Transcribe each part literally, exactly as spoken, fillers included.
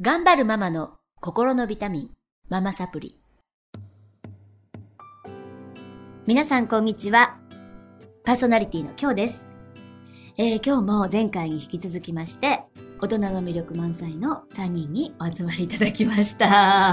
頑張るママの心のビタミン、ママサプリ。皆さんこんにちは。パーソナリティの今日です。えー、今日も前回に引き続きまして、大人の魅力満載のさんにんにお集まりいただきました。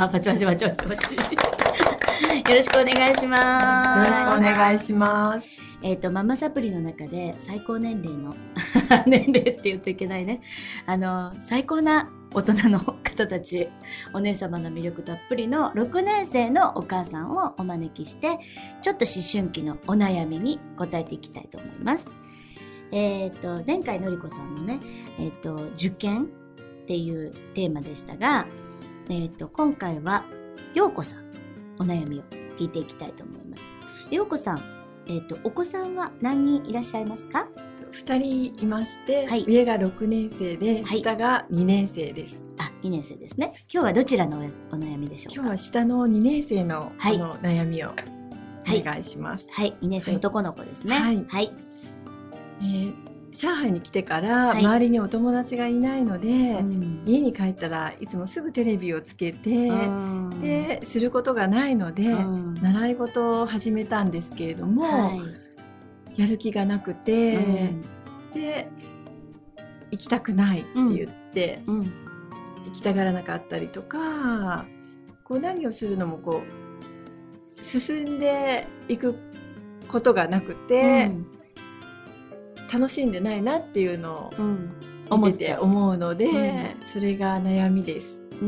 パチパチパチパチパチ。よろしくお願いします。 よろしくお願いします。 えっと、ママサプリの中で最高年齢の、年齢って言うといけないね。あの、最高な大人の方たち、お姉様の魅力たっぷりのろくねん生のお母さんをお招きして、ちょっと思春期のお悩みに答えていきたいと思います。えっと、前回のりこさんのね、えっと、受験っていうテーマでしたが、えっと、今回は、ようこさんのお悩みを聞いていきたいと思います。ようこさん、えっと、お子さんは何人いらっしゃいますか？ ふたりいまして、 はい、 上がろくねん生で、 はい、 下がにねん生です。 あ、にねん生ですね。今日はどちらのお悩みでしょうか？ 今日は下のにねん生の、 はい、 この悩みをお願いします。 はい、はい、にねん生男の子ですね。 はい。 はい。 えー、上海に来てから周りにお友達がいないので、はい、家に帰ったらいつもすぐテレビをつけて、ですることがないので、習い事を始めたんですけれども、はい、やる気がなくて、うん、で行きたくないって言って、うんうん、行きたがらなかったりとか、こう何をするのもこう進んでいくことがなくて、うん、楽しんでないなっていうのを見てて思うので、うん、それが悩みです。 うん、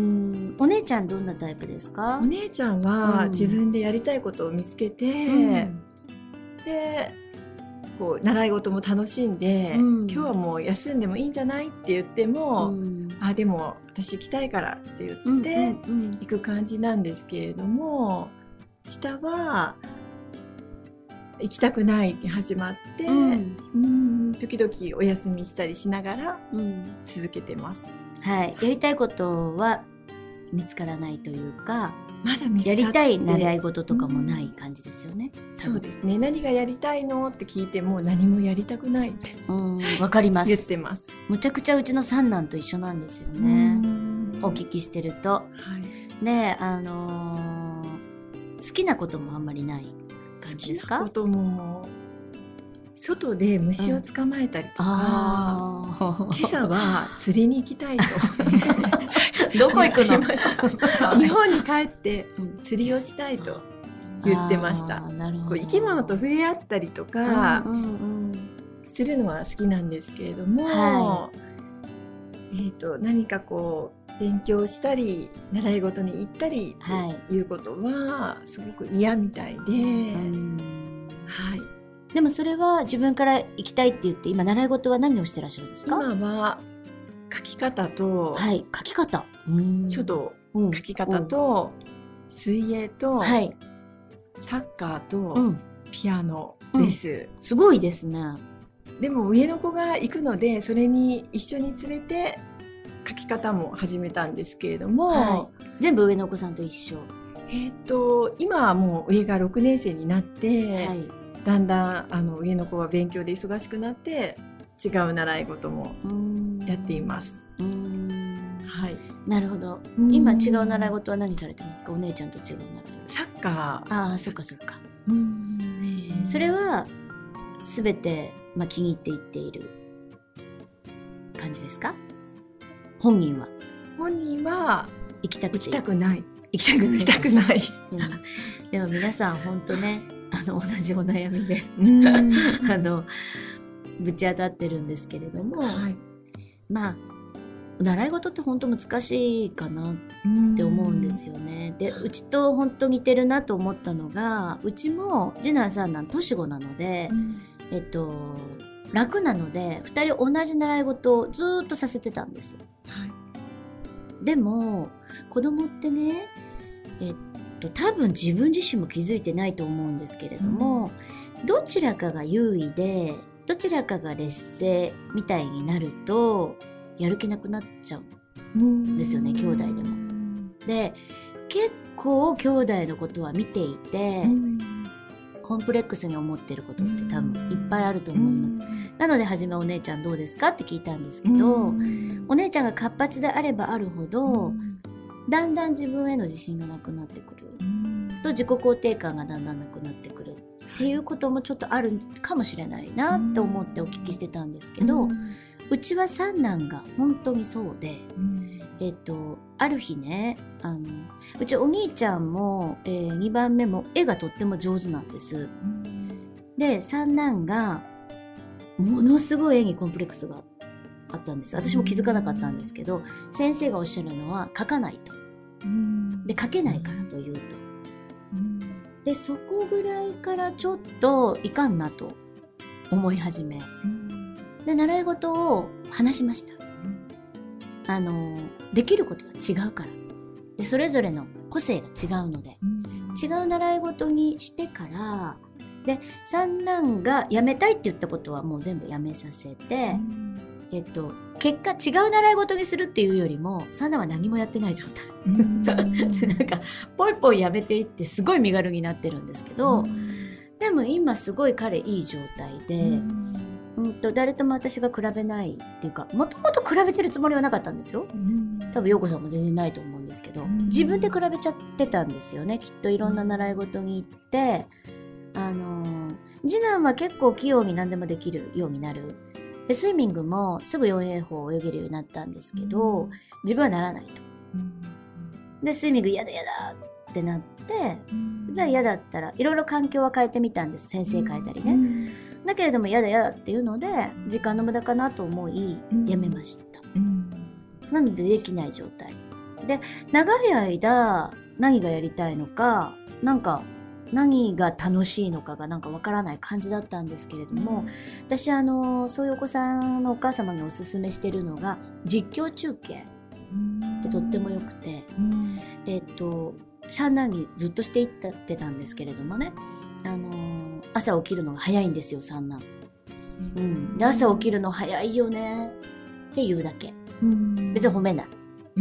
お姉ちゃんどんなタイプですか？ お姉ちゃんは自分でやりたいことを見つけて、うん、でこう習い事も楽しんで、うん、今日はもう休んでもいいんじゃないって言っても、うん、あでも私行きたいからって言って行く感じなんですけれども、下は行きたくないって始まって、うん、うん時々お休みしたりしながら続けてます。 うん、はい、やりたいことは見つからないというか、 まだ見つかってやりたい習い事とかもない感じですよね。 うん、そうですね。何がやりたいのって聞いても何もやりたくないってわかります。 言ってます。 むちゃくちゃうちの三男と一緒なんですよね。お聞きしてると、はい、で、あのー、好きなこともあんまりない感じですか？ 好きなことも外で虫を捕まえたりとか、うん、今朝は釣りに行きたいとどこ行くの？ 日本に帰って釣りをしたいと言ってました。なるほど。こう生き物と触れ合ったりとかするのは好きなんですけれども、はい、えーと、何かこう勉強したり習い事に行ったりっていうことはすごく嫌みたいで、はいはい、でもそれは自分から行きたいって言って、今習い事は何をしてらっしゃるんですか？ 今は書き方と、 はい、書き方、 書道、書き方と、水泳と、はい、サッカーと、うん、ピアノです、うん。 すごいですね。 でも上の子が行くので、それに一緒に連れて書き方も始めたんですけれども、はい、全部上のお子さんと一緒。 えっと今はもう上がろくねん生になって、はい、だんだんあの上の子は勉強で忙しくなって違う習い事もやっています。うーん、 はい、なるほど。今違う習い事は何されてますか？お姉ちゃんと違う習い事。 サッカー。 ああ、そっかそっか。うーん、えー、それはすべて、まあ、気に入っていっている感じですか？本人は本人は行きたくて行きたくない行きたくない行きたくない、 うん、でも皆さん本当ね、あの同じお悩みであのぶち当たってるんですけれども、はい、まあ習い事って本当難しいかなって思うんですよね。で、うちと本当似てるなと思ったのが、うちも次男三男年子なので、えっと楽なのでふたり同じ習い事をずっとさせてたんです、はい、でも子供ってね、えっと多分自分自身も気づいてないと思うんですけれども、うん、どちらかが優位でどちらかが劣勢みたいになるとやる気なくなっちゃうんですよね、兄弟でも。で、結構兄弟のことは見ていて、 コンプレックスに思ってることって多分いっぱいあると思います。なので初めお姉ちゃんどうですかって聞いたんですけど、お姉ちゃんが活発であればあるほどだんだん自分への自信がなくなってくると、自己肯定感がだんだんなくなってくるっていうこともちょっとあるかもしれないなって思ってお聞きしてたんですけど、うちは三男が本当にそうで、えっと、ある日ね、あの、うちお兄ちゃんも、えー、にばんめも絵がとっても上手なんです。で、三男が、ものすごい絵にコンプレックスがあったんです。私も気づかなかったんですけど、先生がおっしゃるのは、描かないと。で、描けないからというと。で、そこぐらいからちょっといかんなと思い始め。で、習い事を話しました。あの、できることは違うから。で、それぞれの個性が違うので、違う習い事にしてから、で、三男が辞めたいって言ったことはもう全部辞めさせて、えっと、結果違う習い事にするっていうよりも、三男は何もやってない状態。なんか、ポイポイ辞めていってすごい身軽になってるんですけど、でも今すごい彼いい状態で、うんと誰とも私が比べないっていうか、もともと比べてるつもりはなかったんですよ。多分陽子さんも全然ないと思うんですけど、自分で比べちゃってたんですよね。きっといろんな習い事に行って、あのー、次男は結構器用に何でもできるようになる。で、スイミングもすぐよん泳法を泳げるようになったんですけど、自分はならないと。で、スイミング嫌だ嫌だってなって、じゃあ嫌だったら、いろいろ環境は変えてみたんです。先生変えたりね。だけれども嫌だ嫌だっていうので、時間の無駄かなと思い、やめました。なのでできない状態。で、長い間、何がやりたいのか、なんか、何が楽しいのかがなんかわからない感じだったんですけれども、私あの、そういうお子さんのお母様におすすめしてるのが、実況中継ってとってもよくて、えっと、三男にずっとしていってたんですけれどもね、あのー、朝起きるのが早いんですよ、三男。うん。で、朝起きるの早いよねって言うだけ。別に褒めない。うん。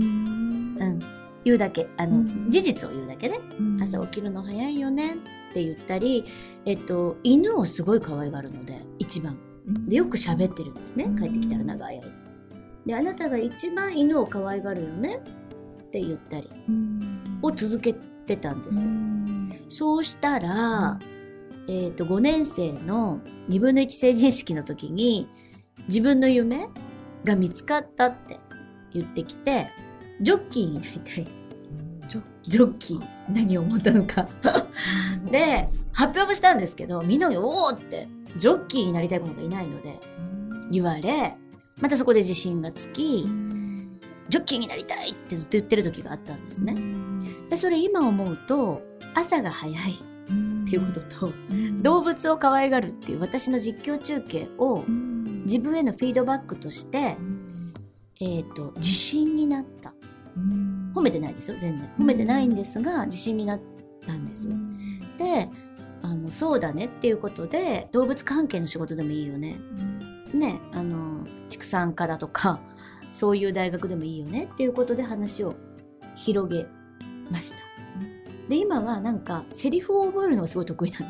言うだけ。あの、事実を言うだけね。朝起きるの早いよねって言ったり、えっと、犬をすごい可愛がるので、一番。で、よく喋ってるんですね。帰ってきたら長い間。で、あなたが一番犬を可愛がるよねって言ったり、を続けてたんです。そうしたら、えっと、ごねん生のにぶんのいち成人式の時に、自分の夢が見つかったって言ってきて、ジョッキーになりたい。ジョッキー。ジョッキー。何を思ったのか。で、発表もしたんですけど、みんなに、おーって、ジョッキーになりたい子なんかいないので、言われ、またそこで自信がつき、ジョッキーになりたいってずっと言ってる時があったんですね。で、それ今思うと、朝が早いっていうことと、動物を可愛がるっていう私の実況中継を自分へのフィードバックとして、えっと、自信になった。褒めてないですよ、全然。褒めてないんですが、自信になったんです。で、あの、そうだねっていうことで、動物関係の仕事でもいいよね。ね、あの、畜産科だとか、そういう大学でもいいよねっていうことで話を広げました。で、今はなんか、セリフを覚えるのがすごい得意なんです。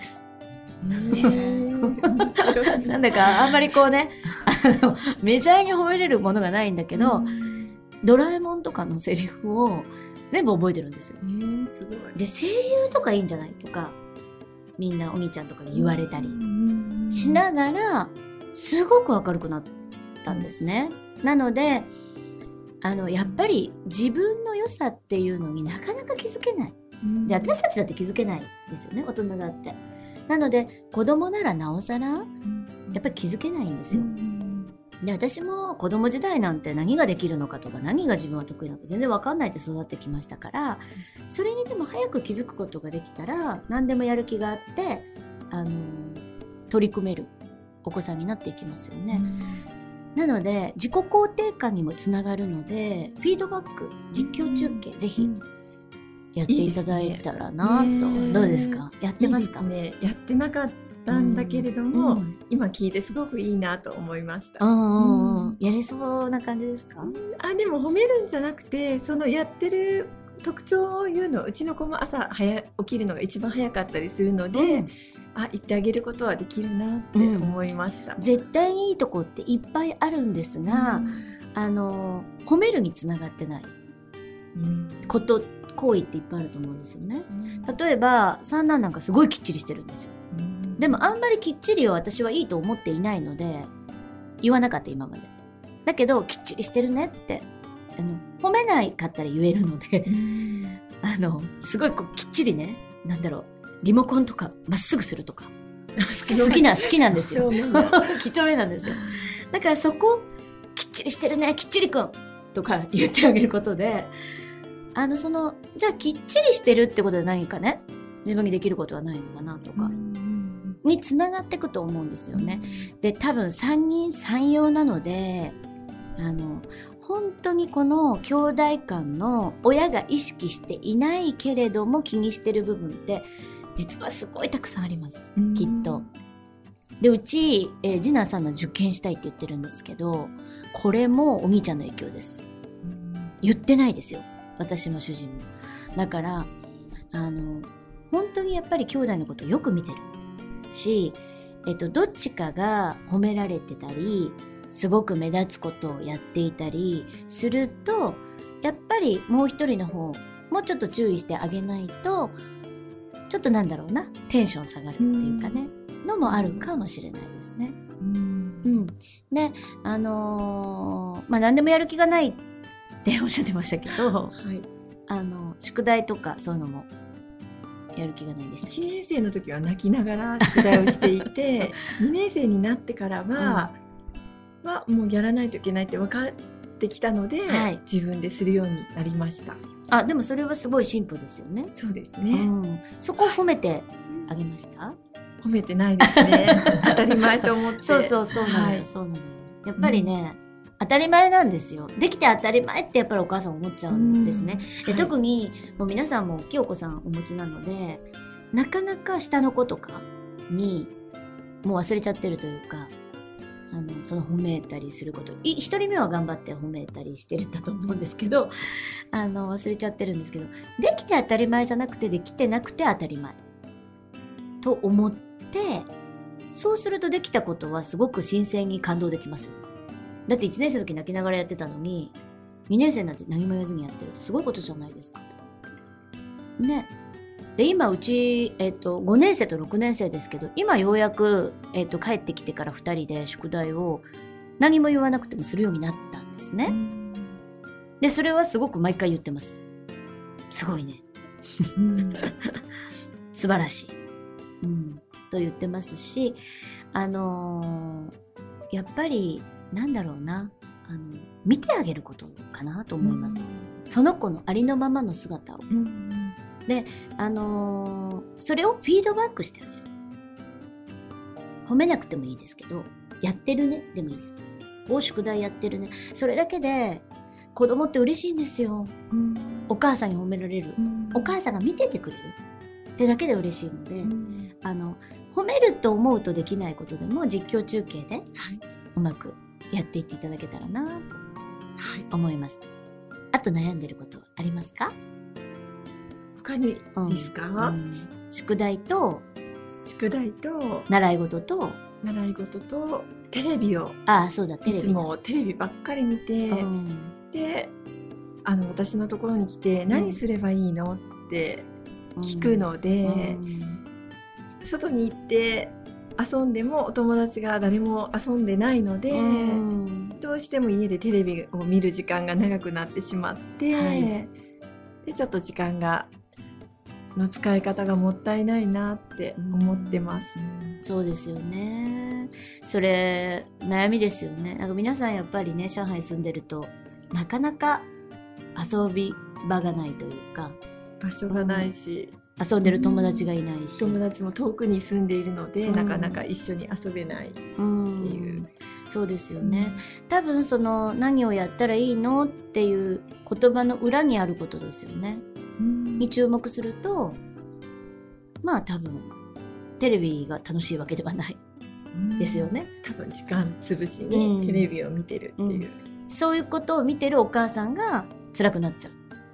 なんだかあんまりこうね、あのメジャーに褒めれるものがないんだけど、ドラえもんとかのセリフを全部覚えてるんですよ。すごい。で、声優とかいいんじゃないとか、みんなお兄ちゃんとかに言われたりしながら、すごく明るくなったんですね。なので、あの、やっぱり自分の良さっていうのになかなか気づけない。で、私たちだって気づけないですよね、大人だって。なので、子供ならなおさら、やっぱり気づけないんですよ。で、私も子供時代なんて何ができるのかとか、何が自分は得意なのか全然わかんないで育ってきましたから、それにでも早く気づくことができたら、何でもやる気があって、あの、取り組めるお子さんになっていきますよね。なので、自己肯定感にもつながるので、フィードバック、実況中継、ぜひ、やっていただいたらなと。いいですね。どうですか？やってますか？ いいですね。やってなかったんだけれども、うん、今聞いてすごくいいなと思いました。 うんうんうん、やれそうな感じですか？ あ、でも褒めるんじゃなくて、そのやってる特徴を言うのはうちの子も朝早起きるのが一番早かったりするので、うん、あ、言ってあげることはできるなって思いました、 うん、絶対にいいとこっていっぱいあるんですが、うん、あの褒めるにつながってないこと、行為っていっぱいあると思うんですよね、うん、例えば三男なんかすごいきっちりしてるんですよ、うん、でもあんまりきっちりを私はいいと思っていないので言わなかった今まで。だけどきっちりしてるねってあの褒めないかったら言えるので、うん、あのすごいこうきっちりね、なんだろう、リモコンとかまっすぐするとか好きな好きなんですよ几帳面なんですよ。だからそこきっちりしてるねきっちりくんとか言ってあげることで、あのそのじゃあきっちりしてるってことで何かね自分にできることはないのかなとか、うん、につながっていくと思うんですよね、うん、で多分三人三様なので、あの本当にこの兄弟間の親が意識していないけれども気にしてる部分って実はすごいたくさんあります、うん、きっと。でうち、えー、次男三男受験したいって言ってるんですけど、これもお兄ちゃんの影響です、うん、言ってないですよ私も主人も。だからあの本当にやっぱり兄弟のことをよく見てるし、えっと、どっちかが褒められてたりすごく目立つことをやっていたりすると、やっぱりもう一人の方もうちょっと注意してあげないとちょっとなんだろうな、テンション下がるっていうかね、のもあるかもしれないですね。うん、うん、であのー、まあ何でもやる気がないっておっしゃってましたけど、はい、あの宿題とかそういうのもやる気がないでしたっけ。 いちねん生の時は泣きながら宿題をしていてにねん生になってからは、うん、はもうやらないといけないって分かってきたので、はい、自分でするようになりました。 あ、でもそれはすごい進歩ですよね。 そうですね、 うん、そこを褒めてあげました、はい、 褒めてないですね当たり前と思ってそうそうそうなのよ、はい、そうなのよ。やっぱりね、うん、当たり前なんですよ。できて当たり前ってやっぱりお母さん思っちゃうんですね、うん、で、はい、特にもう皆さんも大きいお子さんお持ちなので、なかなか下の子とかにもう忘れちゃってるというか、あのその褒めたりすること、一人目は頑張って褒めたりしてるんだと思うんですけど、あの忘れちゃってるんですけど、できて当たり前じゃなくてできてなくて当たり前と思って、そうするとできたことはすごく新鮮に感動できますよ。だっていちねん生の時泣きながらやってたのににねん生になって何も言わずにやってるってすごいことじゃないですかね。で今うち、えっと、ごねん生とろくねん生ですけど、今ようやく、えっと、帰ってきてからふたりで宿題を何も言わなくてもするようになったんですね。でそれはすごく毎回言ってます。すごいね素晴らしい、うん、と言ってますし、あのー、やっぱりなんだろうな、あの見てあげることかなと思います、その子のありのままの姿を、うんで、あのー、それをフィードバックしてあげる。褒めなくてもいいですけど、やってるねでもいいです。お、宿題やってるね。それだけで子供って嬉しいんですよ、うん、お母さんに褒められる、うん、お母さんが見ててくれるってだけで嬉しいので、うん、あの褒めると思うとできないことでも実況中継で、はい、うまくやっていっていただけたらなと思います、はい、あと悩んでることありますか？ 他にですか、うんうん、 宿題と宿題と習い事と習い事とテレビを、 ああそうだテレビ、 いつもテレビばっかり見て、うん、であの私のところに来て、うん、何すればいいのって聞くので、うんうん、外に行って遊んでもお友達が誰も遊んでないので、うん、どうしても家でテレビを見る時間が長くなってしまって、はい、でちょっと時間がの使い方がもったいないなって思ってます、 うん、そうですよね。それ悩みですよね。なんか皆さんやっぱりね、上海住んでるとなかなか遊び場がないというか、 場所がないし、 うん、遊んでる友達がいないし、 友達も遠くに住んでいるので、うん、なかなか一緒に遊べないっていう、うん、 そうですよね、うん、多分その何をやったらいいのっていう言葉の裏にあることですよね、に注目すると、まあ多分テレビが楽しいわけではないですよね。 多分時間つぶしにテレビを見てるっていう、うんうん、 そういうことを見てるお母さんが辛くなっちゃう。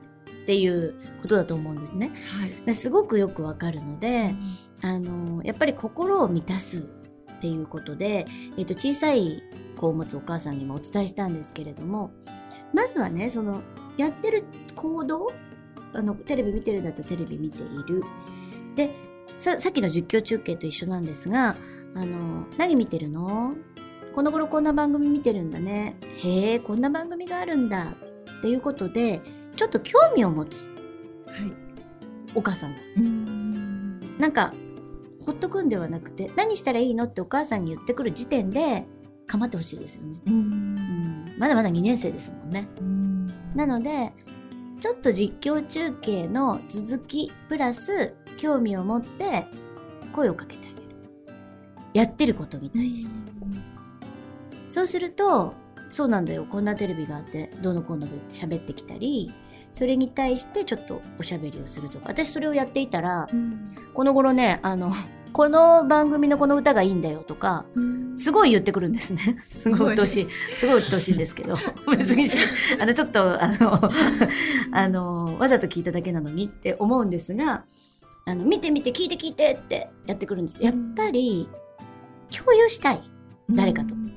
っていうことだと思うんですね。 はい、 ですごくよくわかるので、うん、あのやっぱり心を満たすっていうことで、えーと、小さい子を持つお母さんにもお伝えしたんですけれども、まずはね、そのやってる行動、あのテレビ見てるんだったらテレビ見ている。で、さ, さっきの実況中継と一緒なんですが、あの何見てるの？この頃こんな番組見てるんだね。へえ、こんな番組があるんだっていうことで、ちょっと興味を持つ。 はい。 お母さんが。うーん。なんか、ほっとくんではなくて、何したらいいのってお母さんに言ってくる時点で、構ってほしいですよね。うん。うん。まだまだにねん生ですもんね。うん。なので、ちょっと実況中継の続き、プラス、興味を持って声をかけてあげる。やってることに対して。そうすると、そうなんだよ、こんなテレビがあって、どうのこうので喋ってきたり、それに対してちょっとおしゃべりをするとか。私それをやっていたら、うん、この頃ね、あの、この番組のこの歌がいいんだよとか、うん、すごい言ってくるんですね。すごい鬱陶しい。すごい鬱陶しいんですけど、別に、あの、ちょっと、あの、あの、わざと聞いただけなのにって思うんですが、あの、見て見て、聞いて聞いてってやってくるんです。やっぱり、共有したい。誰かと。うん、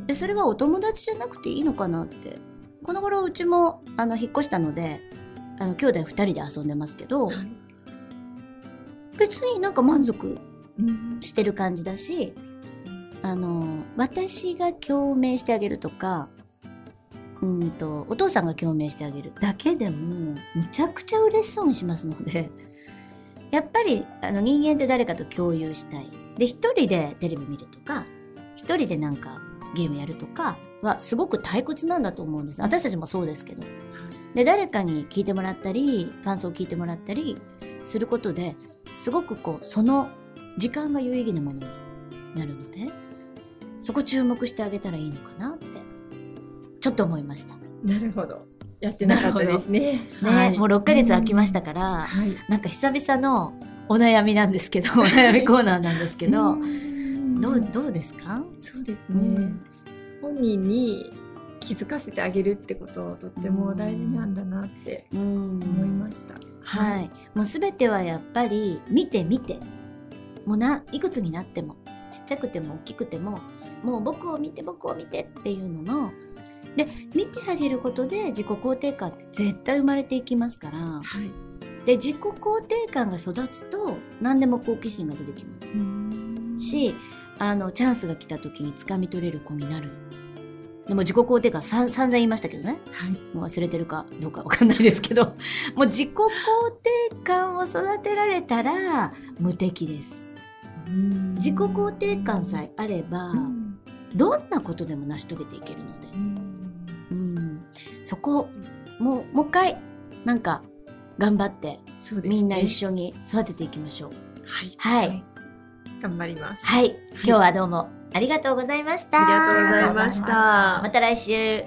で、それはお友達じゃなくていいのかなって。この頃うちもあの引っ越したので、あの兄弟二人で遊んでますけど、はい、別になんか満足してる感じだし、うん、あの私が共鳴してあげるとか、うんとお父さんが共鳴してあげるだけでもむちゃくちゃ嬉しそうにしますので、やっぱりあの人間って誰かと共有したい。で、一人でテレビ見るとか、一人でなんかゲームやるとかはすごく退屈なんだと思うんです。私たちもそうですけど。で、誰かに聞いてもらったり、感想を聞いてもらったりすることで、すごくこう、その時間が有意義なものになるので、そこ注目してあげたらいいのかなって、ちょっと思いました。 なるほど。やってなかったですね。 ね、はい、もうろっかげつ空きましたから、はい、なんか久々のお悩みなんですけど、お悩みコーナーなんですけど、どう、どうですか？ そうですね。うん、本人に気づかせてあげるってこととっても大事なんだなって思いました。 はい、はい、もうすべてはやっぱり見て見て、もうないくつになってもちっちゃくても大きくても、もう僕を見て僕を見てっていうのので、見てあげることで自己肯定感って絶対生まれていきますから、はい、で自己肯定感が育つと何でも好奇心が出てきますし、あのチャンスが来た時に掴み取れる子になる。でも自己肯定感さん散々言いましたけどね、はい、もう忘れてるかどうかわかんないですけどもう自己肯定感を育てられたら無敵です。自己肯定感さえあればどんなことでも成し遂げていけるので、うん、そこもうもう一回なんか頑張って、ね、みんな一緒に育てていきましょう。 はい、 はいはい、 頑張ります。 はい、今日はどうもありがとうございました。 ありがとうございました。 また来週。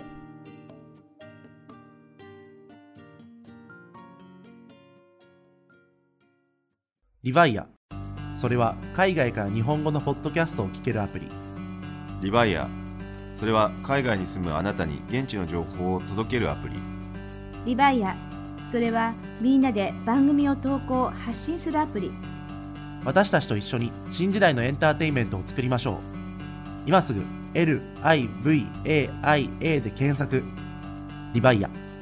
リヴァイア、それは海外から日本語のポッドキャストを聞けるアプリ。 リヴァイア、それは海外に住むあなたに現地の情報を届けるアプリ。 リヴァイア、それはみんなで番組を投稿発信するアプリ。 私たちと一緒に新時代のエンターテインメントを作りましょう。今すぐ エルアイブイエーアイエー で検索。リヴァイア。